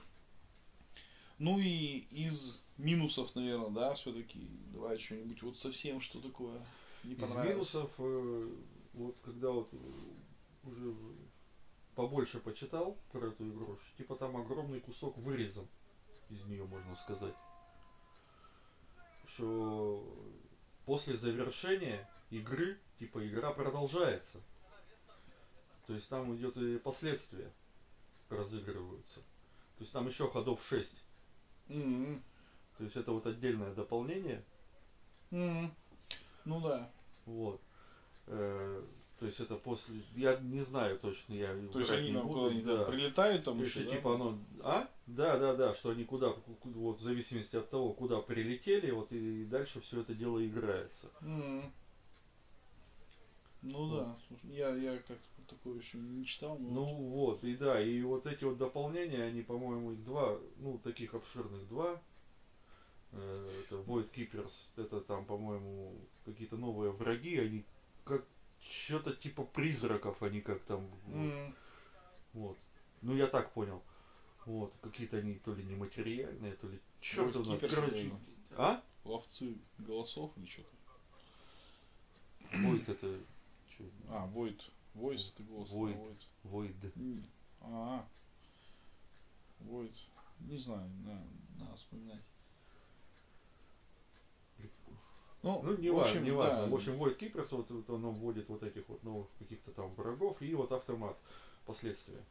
Ну и из минусов, наверное, да, все-таки давай что-нибудь вот совсем что такое не Из понравилось. минусов, э, вот когда вот э, уже побольше почитал про эту игру, что типа там огромный кусок вырезан из нее, можно сказать. Что после завершения игры, типа игра продолжается. То есть там идет и последствия разыгрываются. То есть там еще ходов шесть. М, То есть это вот отдельное дополнение. м. Ну да. Вот. Э, То есть это после, я не знаю точно, я То есть врать они не там буду, куда-нибудь да. там прилетают там То еще, есть, да? типа оно, а? Да, да, да, что они куда, ку- ку- вот в зависимости от того, куда прилетели, вот и дальше все это дело играется. М. Ну Вот. да, слушай, я, я как-то про такое еще не читал, но Ну вот. вот, и да, и вот эти вот дополнения, они, по-моему, их два, ну, таких обширных два. Э, Это Void Keepers, это там, по-моему, какие-то новые враги, они как что-то типа призраков, они как там, вот. М. Вот. Ну, я так понял. Вот, какие-то они то ли нематериальные, то ли черт Void его знает. Keepers Короче, это а? ловцы голосов или что-то. Void это чё? А, Void. Voice это голос, Void. да, Void. Void. М. А, Void. Не знаю, надо, надо вспоминать. Ну, Ну, не в важно, общем, не важно. да. В общем, Void Keepers, вот, вот оно вводит вот этих вот новых каких-то там врагов и вот автомат последствия.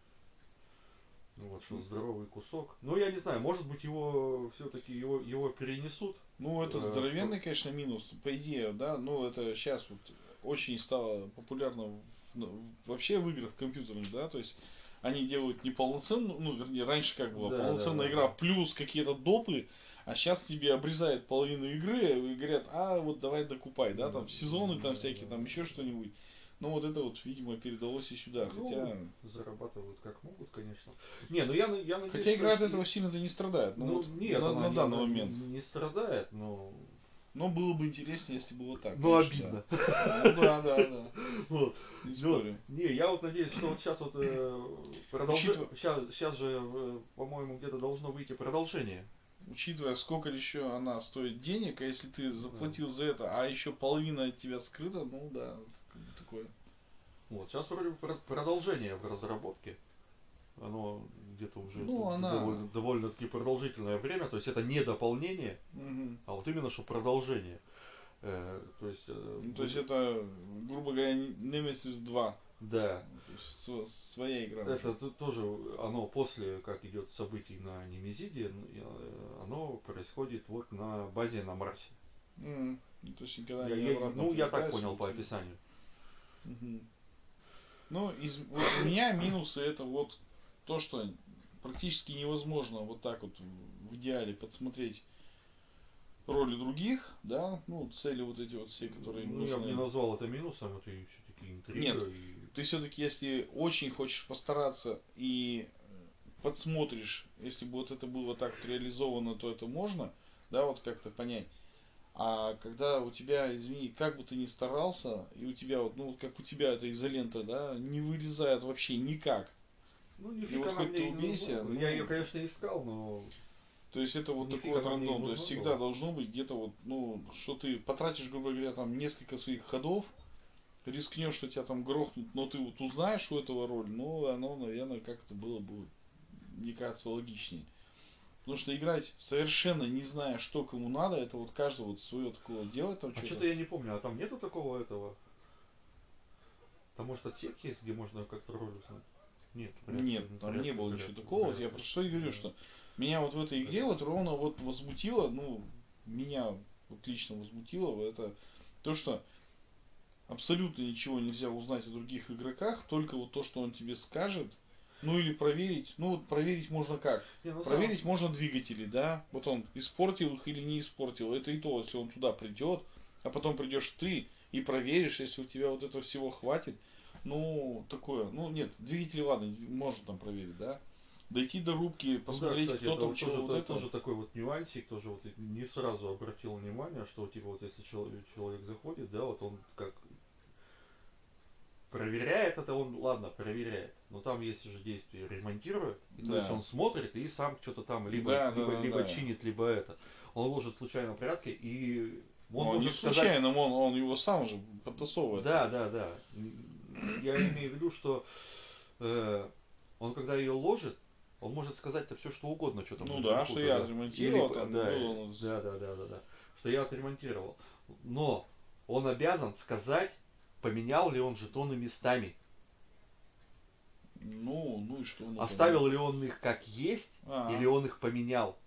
Ну вот, что здоровый кусок. Ну, я не знаю, может быть его все-таки его, его перенесут. Ну, это э, здоровенный, конечно, минус. По идее, да, ну, это сейчас вот очень стало популярно в- ну, вообще в играх компьютерных, да, то есть они делают не полноценную, ну, вернее, раньше как в- было, Да, да, полноценная да, игра да. плюс какие-то допы, а сейчас тебе обрезают половину игры и говорят, а, вот давай докупай, да, там, сезоны там Да, всякие, да, там, да, еще да. что-нибудь. Ну, вот это вот, видимо, передалось и сюда, Ну, хотя... зарабатывают как могут, конечно. Не, ну я, на- я надеюсь, Хотя что игра от если- этого сильно-то не страдает, ну, Ну, вот нет, на, она, на не, данный она не, момент. не страдает, но... Но было бы интереснее, если было так, Но конечно, обидно. да. Ну да, да, да. Вот. Не Ну, спорю. не, я вот надеюсь, что вот сейчас вот э, продолжи... Учитывая, сейчас, сейчас же, э, по-моему, где-то должно выйти продолжение. учитывая, сколько еще она стоит денег, а если ты Да. заплатил за это, а еще половина от тебя скрыта, ну да, как бы такое. Вот, сейчас вроде бы про- продолжение в разработке. Оно где-то уже Ну, она... довольно, довольно-таки продолжительное время. То есть это не дополнение, Мгм. а вот именно что продолжение. Э, то есть, э, Ну, то есть будет- это, грубо говоря, Nemesis два. да. То есть св- своя игра Это уже. тут тоже оно после, как идет событий на Немезиде, э, оно происходит вот на базе на Марсе. Мгм. Ну, то есть никогда Я- не я- обратно ну, я так прилетаешь, понял вот по и- описанию. Мгм. Ну, из, вот у меня минусы это вот то, что практически невозможно вот так вот в идеале подсмотреть роли других, да, ну, цели вот эти вот все, которые им Ну, я бы не нужны. назвал это минусом, это и все-таки интрига. Нет. И... Ты все-таки, если очень хочешь постараться и э, подсмотришь, если бы вот это было так вот реализовано, то это можно, да, вот как-то понять. А когда у тебя, извини, как бы ты ни старался, и у тебя вот, ну, вот как у тебя эта изолента, да, не вылезает вообще никак. Ну, И нифиг вот она хоть ты мне и не убейся, нужна. ну, Я ее, конечно, искал, но... то есть это вот Нифиг такой вот она мне и рандом. То есть нужна всегда была. должно быть где-то вот, ну, что ты потратишь, грубо говоря, там несколько своих ходов, рискнешь, что тебя там грохнут, но ты вот узнаешь у этого роль, ну, оно, наверное, как-то было бы, мне кажется, логичнее. Потому что играть совершенно не зная, что кому надо, это вот каждый вот свое такое делает там А что-то. что-то я не помню, а там нету такого этого? Там, может, отсек есть, где можно как-то роль узнать? Нет, вряд ли, Нет, там вряд не ли, было вряд ничего ли, такого. Вот вряд я ли. про что и говорю, Да. что меня вот в этой игре вот ровно вот возмутило, ну, меня вот лично возмутило это то, что абсолютно ничего нельзя узнать о других игроках, только вот то, что он тебе скажет, ну или проверить. Ну вот проверить можно как? Не, на самом- Проверить можно двигатели, да? Вот он испортил их или не испортил. Это и то, если он туда придет, а потом придешь ты и проверишь, если у тебя вот этого всего хватит. Ну, такое. Ну, нет, двигатели, ладно, можно там проверить, да? Дойти до рубки, Ну да, посмотреть, кстати, кто это там вот чего тоже, вот то- это. тоже такой вот нюансик, тоже вот не сразу обратил внимание, что типа вот если человек, человек заходит, да, вот он как проверяет это, он, ладно, проверяет, но там есть же действие ремонтирует, и то Да. есть он смотрит и сам что-то там либо, Да, да, либо, да, либо да. чинит, либо это. Он ложит в случайном порядке и он Он может не сказать... случайно, он, он его сам же подтасовывает. Да, да, да. Я имею в виду, что э, он когда ее ложит, он может сказать-то все что угодно, что там Ну наверху, да, что я да. отремонтировал, Или, там да, было у нас- да, да, да, да, да, что я отремонтировал. Но он обязан сказать, поменял ли он жетоны местами, Ну, ну и что? Ну, оставил ли он их как есть, А, или он их поменял.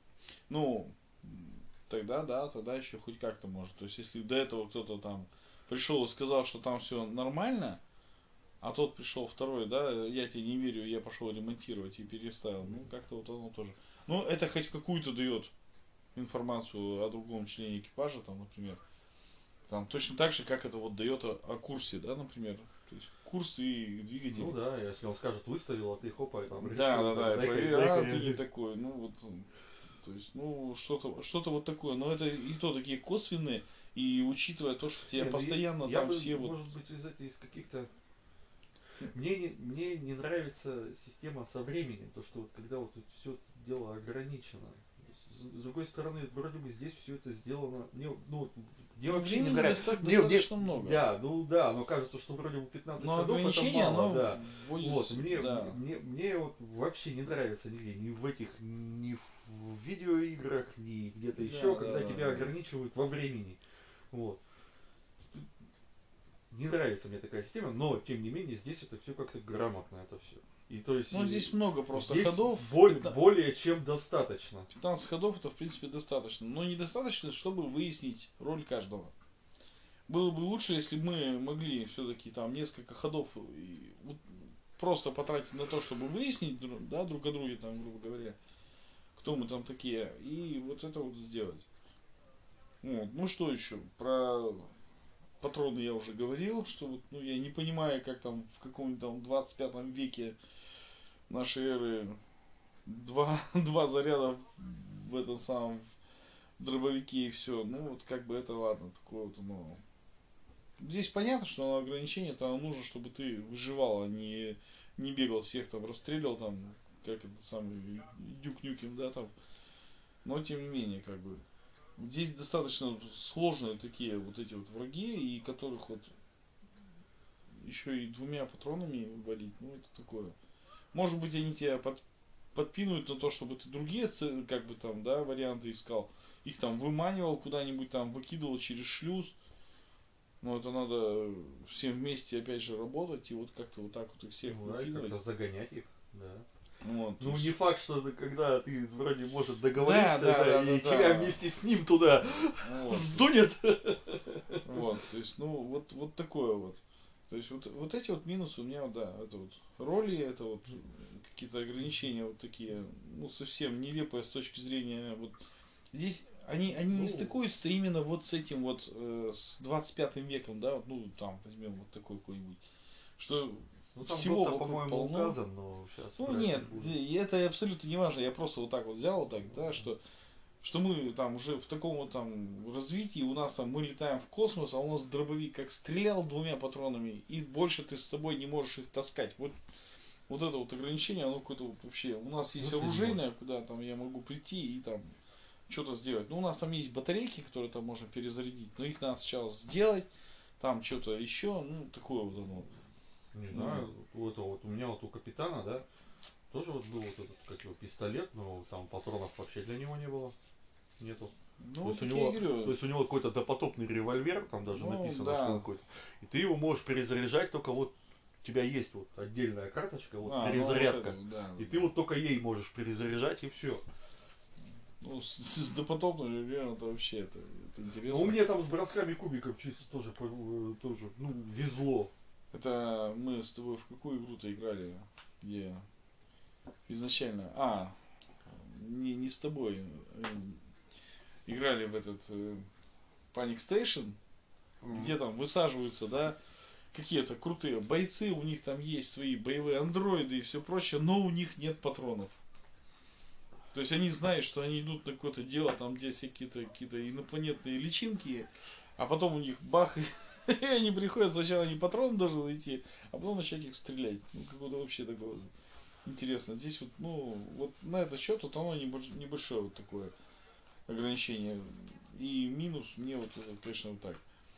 ну, тогда да, тогда еще хоть как-то может. То есть, если до этого кто-то там пришел и сказал, что там все нормально, а тот пришел второй, да, я тебе не верю, я пошел ремонтировать и переставил. Ну, как-то вот оно тоже. Ну, это хоть какую-то дает информацию о другом члене экипажа, там, например. Там точно так же, как это вот дает о, о курсе, да, например. То есть курс и двигатель. Ну да, если он скажет выставил, а ты хопа, там решил, да, да, да, дай-ка, проверил, дай-ка, а ты не такой. Ну вот, то есть, ну, что-то что-то вот такое. Но это и то такие косвенные, и учитывая то, что тебя Не, ну, постоянно я там бы, все вот. может быть, из этих, из каких-то... Мне не, мне не нравится система со временем, то, что вот когда вот все дело ограничено. С, с другой стороны, вроде бы здесь все это сделано. Мне, ну, мне Ну, вообще не времени нравится. доста- Мне, мне, достаточно много. да, ну да, но кажется, что вроде бы пятнадцать Но ходов это ограничение, мало, оно да. вводится. Вот, мне, да. мне, мне вот вообще не нравится нигде, ни в этих, ни в видеоиграх, ни где-то Да, еще, да, когда да, тебя да. ограничивают во времени. Вот. Не нравится мне такая система, но тем не менее здесь это все как-то грамотно, это все. И то есть Ну, здесь много просто здесь ходов. боль- пятна- более чем достаточно. пятнадцать ходов это в принципе достаточно. Но недостаточно, чтобы выяснить роль каждого. Было бы лучше, если бы мы могли все-таки там несколько ходов и вот просто потратить на то, чтобы выяснить, дру- да, друг о друге, там, грубо говоря, кто мы там такие, и вот это вот сделать. Вот. Ну что еще? Про патроны я уже говорил, что вот, ну, я не понимаю, как там в каком-нибудь там двадцать пятом веке нашей эры два, два заряда в этом самом дробовике и все. Ну вот как бы это ладно, такое вот оно. Здесь понятно, что ограничение то нужно, чтобы ты выживал, а не, не бегал всех там, расстреливал там, как этот самый Дюк Нюкем, да, там. Но тем не менее, как бы. Здесь достаточно сложные такие вот эти вот враги, и которых вот еще и двумя патронами валить, ну это такое. Может быть они тебя под, подпинывают на то, чтобы ты другие как бы там, да, варианты искал. Их там выманивал куда-нибудь там, выкидывал через шлюз. Но это надо всем вместе опять же работать и вот как-то вот так вот их всех Ну, да, и выкидывать. как-то загонять их, да. Вот, Ну есть... не факт, что ты, когда ты вроде может договоришься, да, да, да, да, и да, тебя да. вместе с ним туда вот. сдунет. Вот, то есть, ну, вот, вот такое вот. То есть вот, вот эти вот минусы у меня, да, это вот роли, это вот какие-то ограничения вот такие, ну, совсем нелепые с точки зрения вот здесь они, они Ну, не стыкуются именно вот с этим вот э, с двадцать пятым веком, да, вот, ну там возьмем вот такой какой-нибудь, что ну там всего год-то, вокруг по-моему, полно. указан, но сейчас. Ну нет, и это абсолютно не важно, я просто вот так вот взял вот так, да, что что мы там уже в таком вот там развитии, у нас там мы летаем в космос, а у нас дробовик как стрелял двумя патронами, и больше ты с собой не можешь их таскать. Вот, вот это вот ограничение, оно какое-то вот вообще. У нас есть оружейное, куда там я могу прийти и там что-то сделать. Ну, у нас там есть батарейки, которые там можно перезарядить, но их надо сначала сделать, там что-то еще, ну, такое вот оно. Не знаю, ну, это вот у меня вот у капитана, да, тоже вот был вот этот, как его, пистолет, но там патронов вообще для него не было. Нету. Ну, то, вот есть у я него, говорю. то есть у него какой-то допотопный револьвер, там даже ну, написано, да. что он какой-то. И ты его можешь перезаряжать только вот у тебя есть вот отдельная карточка, вот а, перезарядка. Ну, вот это, да, и да. ты вот только ей можешь перезаряжать и все. Ну, с, с допотопным револьвером это вообще это, это интересно. Ну, у меня там с бросками кубиков чисто тоже, тоже ну, везло. Это мы с тобой в какую игру-то играли, где изначально, а, не, не с тобой, играли в этот э, Panic Station, mm-hmm. где там высаживаются, да, какие-то крутые бойцы, у них там есть свои боевые андроиды и все прочее, но у них нет патронов. То есть они знают, что они идут на какое-то дело, там где всякие-то какие-то инопланетные личинки, а потом у них бах, и они приходят, сначала они патроны должны найти, а потом начать их стрелять. Ну, какое-то вообще такое интересно. Здесь вот, ну, вот на этот счет вот оно небольшое вот такое ограничение. И минус мне вот это, конечно, вот так.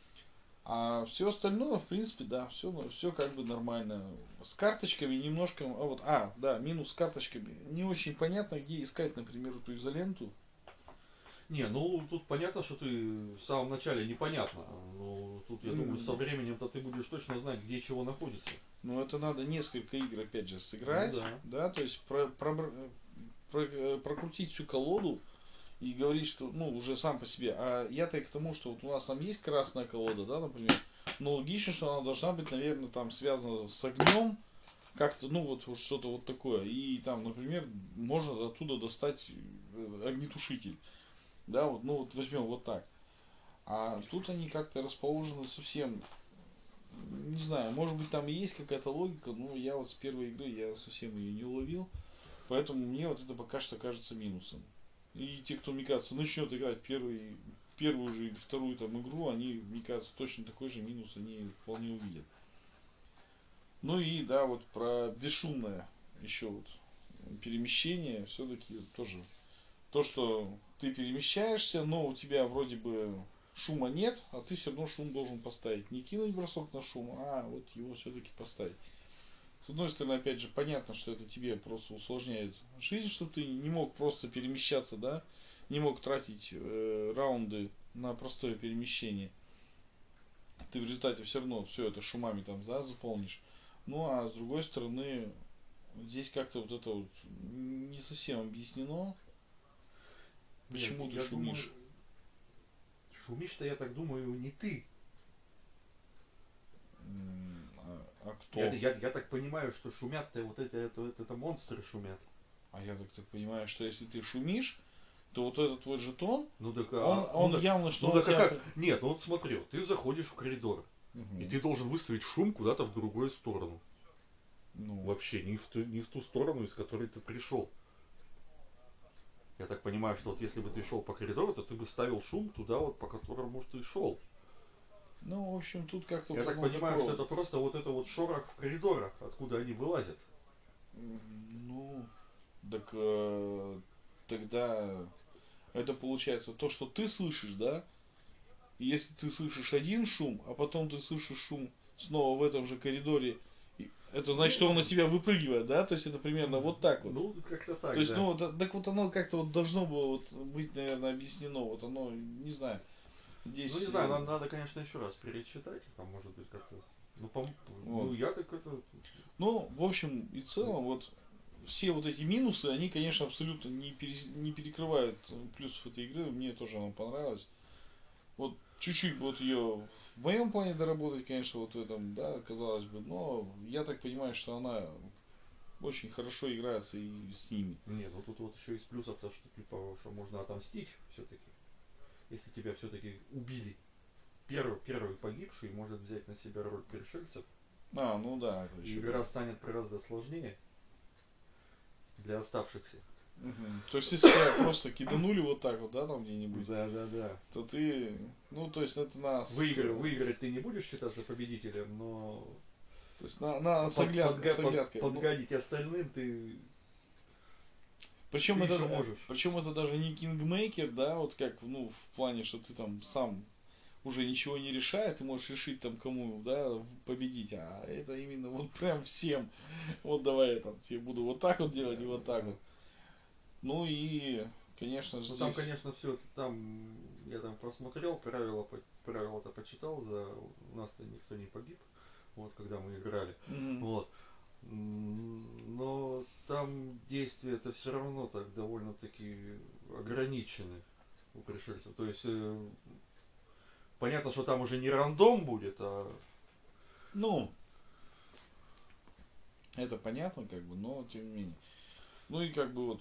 А все остальное, в принципе, да, все, все как бы нормально. С карточками немножко, а вот, а, да, минус с карточками. Не очень понятно, где искать, например, эту изоленту. Не, ну тут понятно, что ты в самом начале непонятно. Но тут, я mm. думаю, со временем-то ты будешь точно знать, где чего находится. Ну, это надо несколько игр, опять же, сыграть. Ну, да. да, то есть про, про, про, прокрутить всю колоду и говорить, что, ну, уже сам по себе. А я-то и к тому, что вот у нас там есть красная колода, да, например, Но логично, что она должна быть, наверное, там связана с огнем, как-то, ну вот, вот что-то вот такое. И там, например, можно оттуда достать э, огнетушитель. Да, вот, ну вот возьмем вот так. А тут они как-то расположены совсем, не знаю, может быть там и есть какая-то логика, но я вот с первой игры я совсем ее не уловил. Поэтому мне вот это пока что кажется минусом. И те, кто, мне кажется, начнет играть первый, первую же или вторую там игру, они, мне кажется, точно такой же минус они вполне увидят. Ну и да, вот про бесшумное еще вот перемещение, все-таки тоже то, что ты перемещаешься, но у тебя вроде бы шума нет, а ты все равно шум должен поставить. Не кинуть бросок на шум, а вот его все-таки поставить. С одной стороны, опять же, понятно, что это тебе просто усложняет жизнь, что ты не мог просто перемещаться, да, не мог тратить э, раунды на простое перемещение. Ты в результате все равно все это шумами там, да, заполнишь. Ну а с другой стороны, здесь как-то вот это вот не совсем объяснено, Нет, почему ты я думаю, шумишь. шумишь-то, я так думаю, не ты. А, а Я, кто? я, я так понимаю, что шумят-то вот это, это, это, это монстры шумят. А я так, так понимаю, что если ты шумишь, то вот этот твой жетон, Ну так, он, а, ну он так, явно, что ну он так, а тебя... как? Нет, ну вот смотри, вот ты заходишь в коридор, и Угу. ты должен выставить шум куда-то в другую сторону. Ну, Вообще, не в, ту, не в ту сторону, из которой ты пришел. Я так понимаю, что вот если бы ты шел по коридору, то ты бы ставил шум туда, вот по которому ты шел. ну, в общем, тут как-то Я вот так оно понимаю, что такое. это просто вот это вот шорох в коридорах, откуда они вылазят. Ну, так э, тогда это получается то, что ты слышишь, да? И если ты слышишь один шум, а потом ты слышишь шум снова в этом же коридоре, это значит, Ну, что он на тебя выпрыгивает, да? То есть это примерно вот так вот. ну как-то То так, есть, да. ну, вот, так вот оно как-то вот должно было вот быть, наверное, объяснено. Вот оно, не знаю, Ну не здесь, знаю, э, надо, надо, конечно, еще раз перечитать, там может быть как-то. Ну, по, вот. ну я так это. Ну, в общем и целом, вот все вот эти минусы, они, конечно, абсолютно не, пере, не перекрывают плюсов этой игры. Мне тоже она понравилась. Вот чуть-чуть вот ее в моем плане доработать, конечно, вот в этом, да, казалось бы. Но я так понимаю, что она очень хорошо играется и с ними. Не, ну тут вот еще из плюсов то, что типа, что можно отомстить все-таки. Если тебя все-таки убили. Первый, первый погибший может взять на себя роль пришельцев. А, ну да, это И еще игра так. станет гораздо сложнее для оставшихся. Мгм. То есть, если тебя просто киданули вот так вот, да, там где-нибудь, Да, да, да. то ты, ну, то есть, это нас, Выиграть, э, выиграть ты не будешь считаться победителем, но то есть, на, на с, под, огляд- подга- с под- оглядкой. Ну, подгадить остальным ты, причем ты это, еще э, можешь. причем это даже не кингмейкер, да, вот как, ну, в плане, что ты там сам уже ничего не решает, ты можешь решить там кому, да, победить, а это именно вот прям всем, вот давай я там тебе буду вот так вот делать и Да, вот так да. вот. Ну и, конечно же, Ну там, здесь, конечно, все там, я там посмотрел, правила, по- правила-то почитал, за у нас-то никто не погиб, вот, когда мы играли. мгм. Вот. М, Но там действия это все равно так довольно-таки ограничены у пришельцев. То есть э, понятно, что там уже не рандом будет, а Ну, это понятно, как бы, но тем не менее. Ну и как бы вот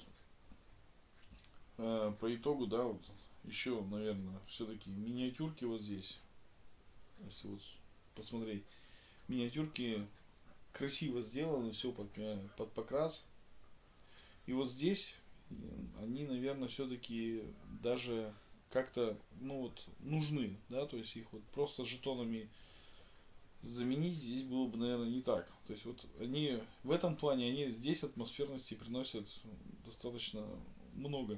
э, по итогу, да, вот еще, наверное, все-таки миниатюрки вот здесь, если вот посмотреть, миниатюрки красиво сделаны, все под, э, под покрас. И вот здесь э, они, наверное, все-таки даже как-то, ну вот, нужны, да, то есть их вот просто жетонами заменить здесь было бы, наверное, не так. То есть вот они в этом плане, они здесь атмосферности приносят достаточно много.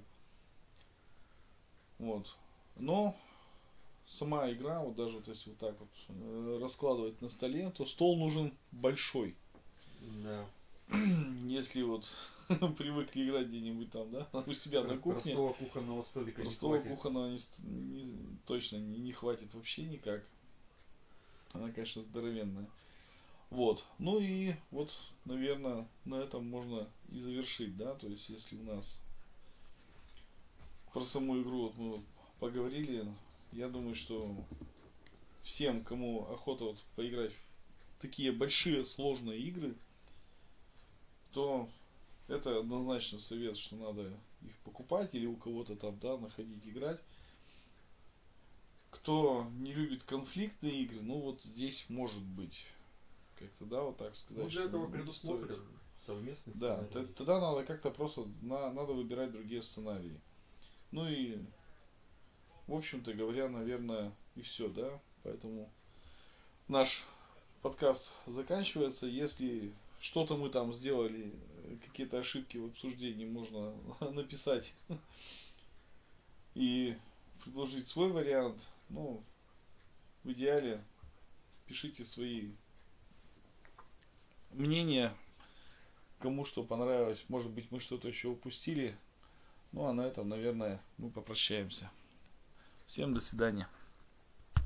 Вот. Но сама игра, вот даже вот если вот так вот э, раскладывать на столе, то стол нужен большой. да, Если вот привыкли играть где-нибудь там, да, у себя на про- кухне, простого кухонного столика не простого хватит. кухонного не, ст- не- точно не, не хватит вообще никак. Она, конечно, здоровенная. Вот. Ну и вот, наверное, на этом можно и завершить, да, то есть если у нас про саму игру вот мы вот поговорили, я думаю, что всем, кому охота вот поиграть в такие большие сложные игры, то это однозначно совет, что надо их покупать или у кого-то там, да, находить, играть. Кто не любит конфликтные игры, ну вот здесь может быть как-то, да, вот так сказать. Ну, для этого не предусмотрен стоит. совместный Да, сценарий. тогда надо как-то просто, на, надо выбирать другие сценарии. Ну и, в общем-то говоря, наверное, и все, да. Поэтому наш подкаст заканчивается. Если что-то мы там сделали, какие-то ошибки в обсуждении, можно написать и предложить свой вариант. Ну, в идеале пишите свои мнения, кому что понравилось. Может быть, мы что-то еще упустили. Ну, а на этом, наверное, мы попрощаемся. Всем до свидания.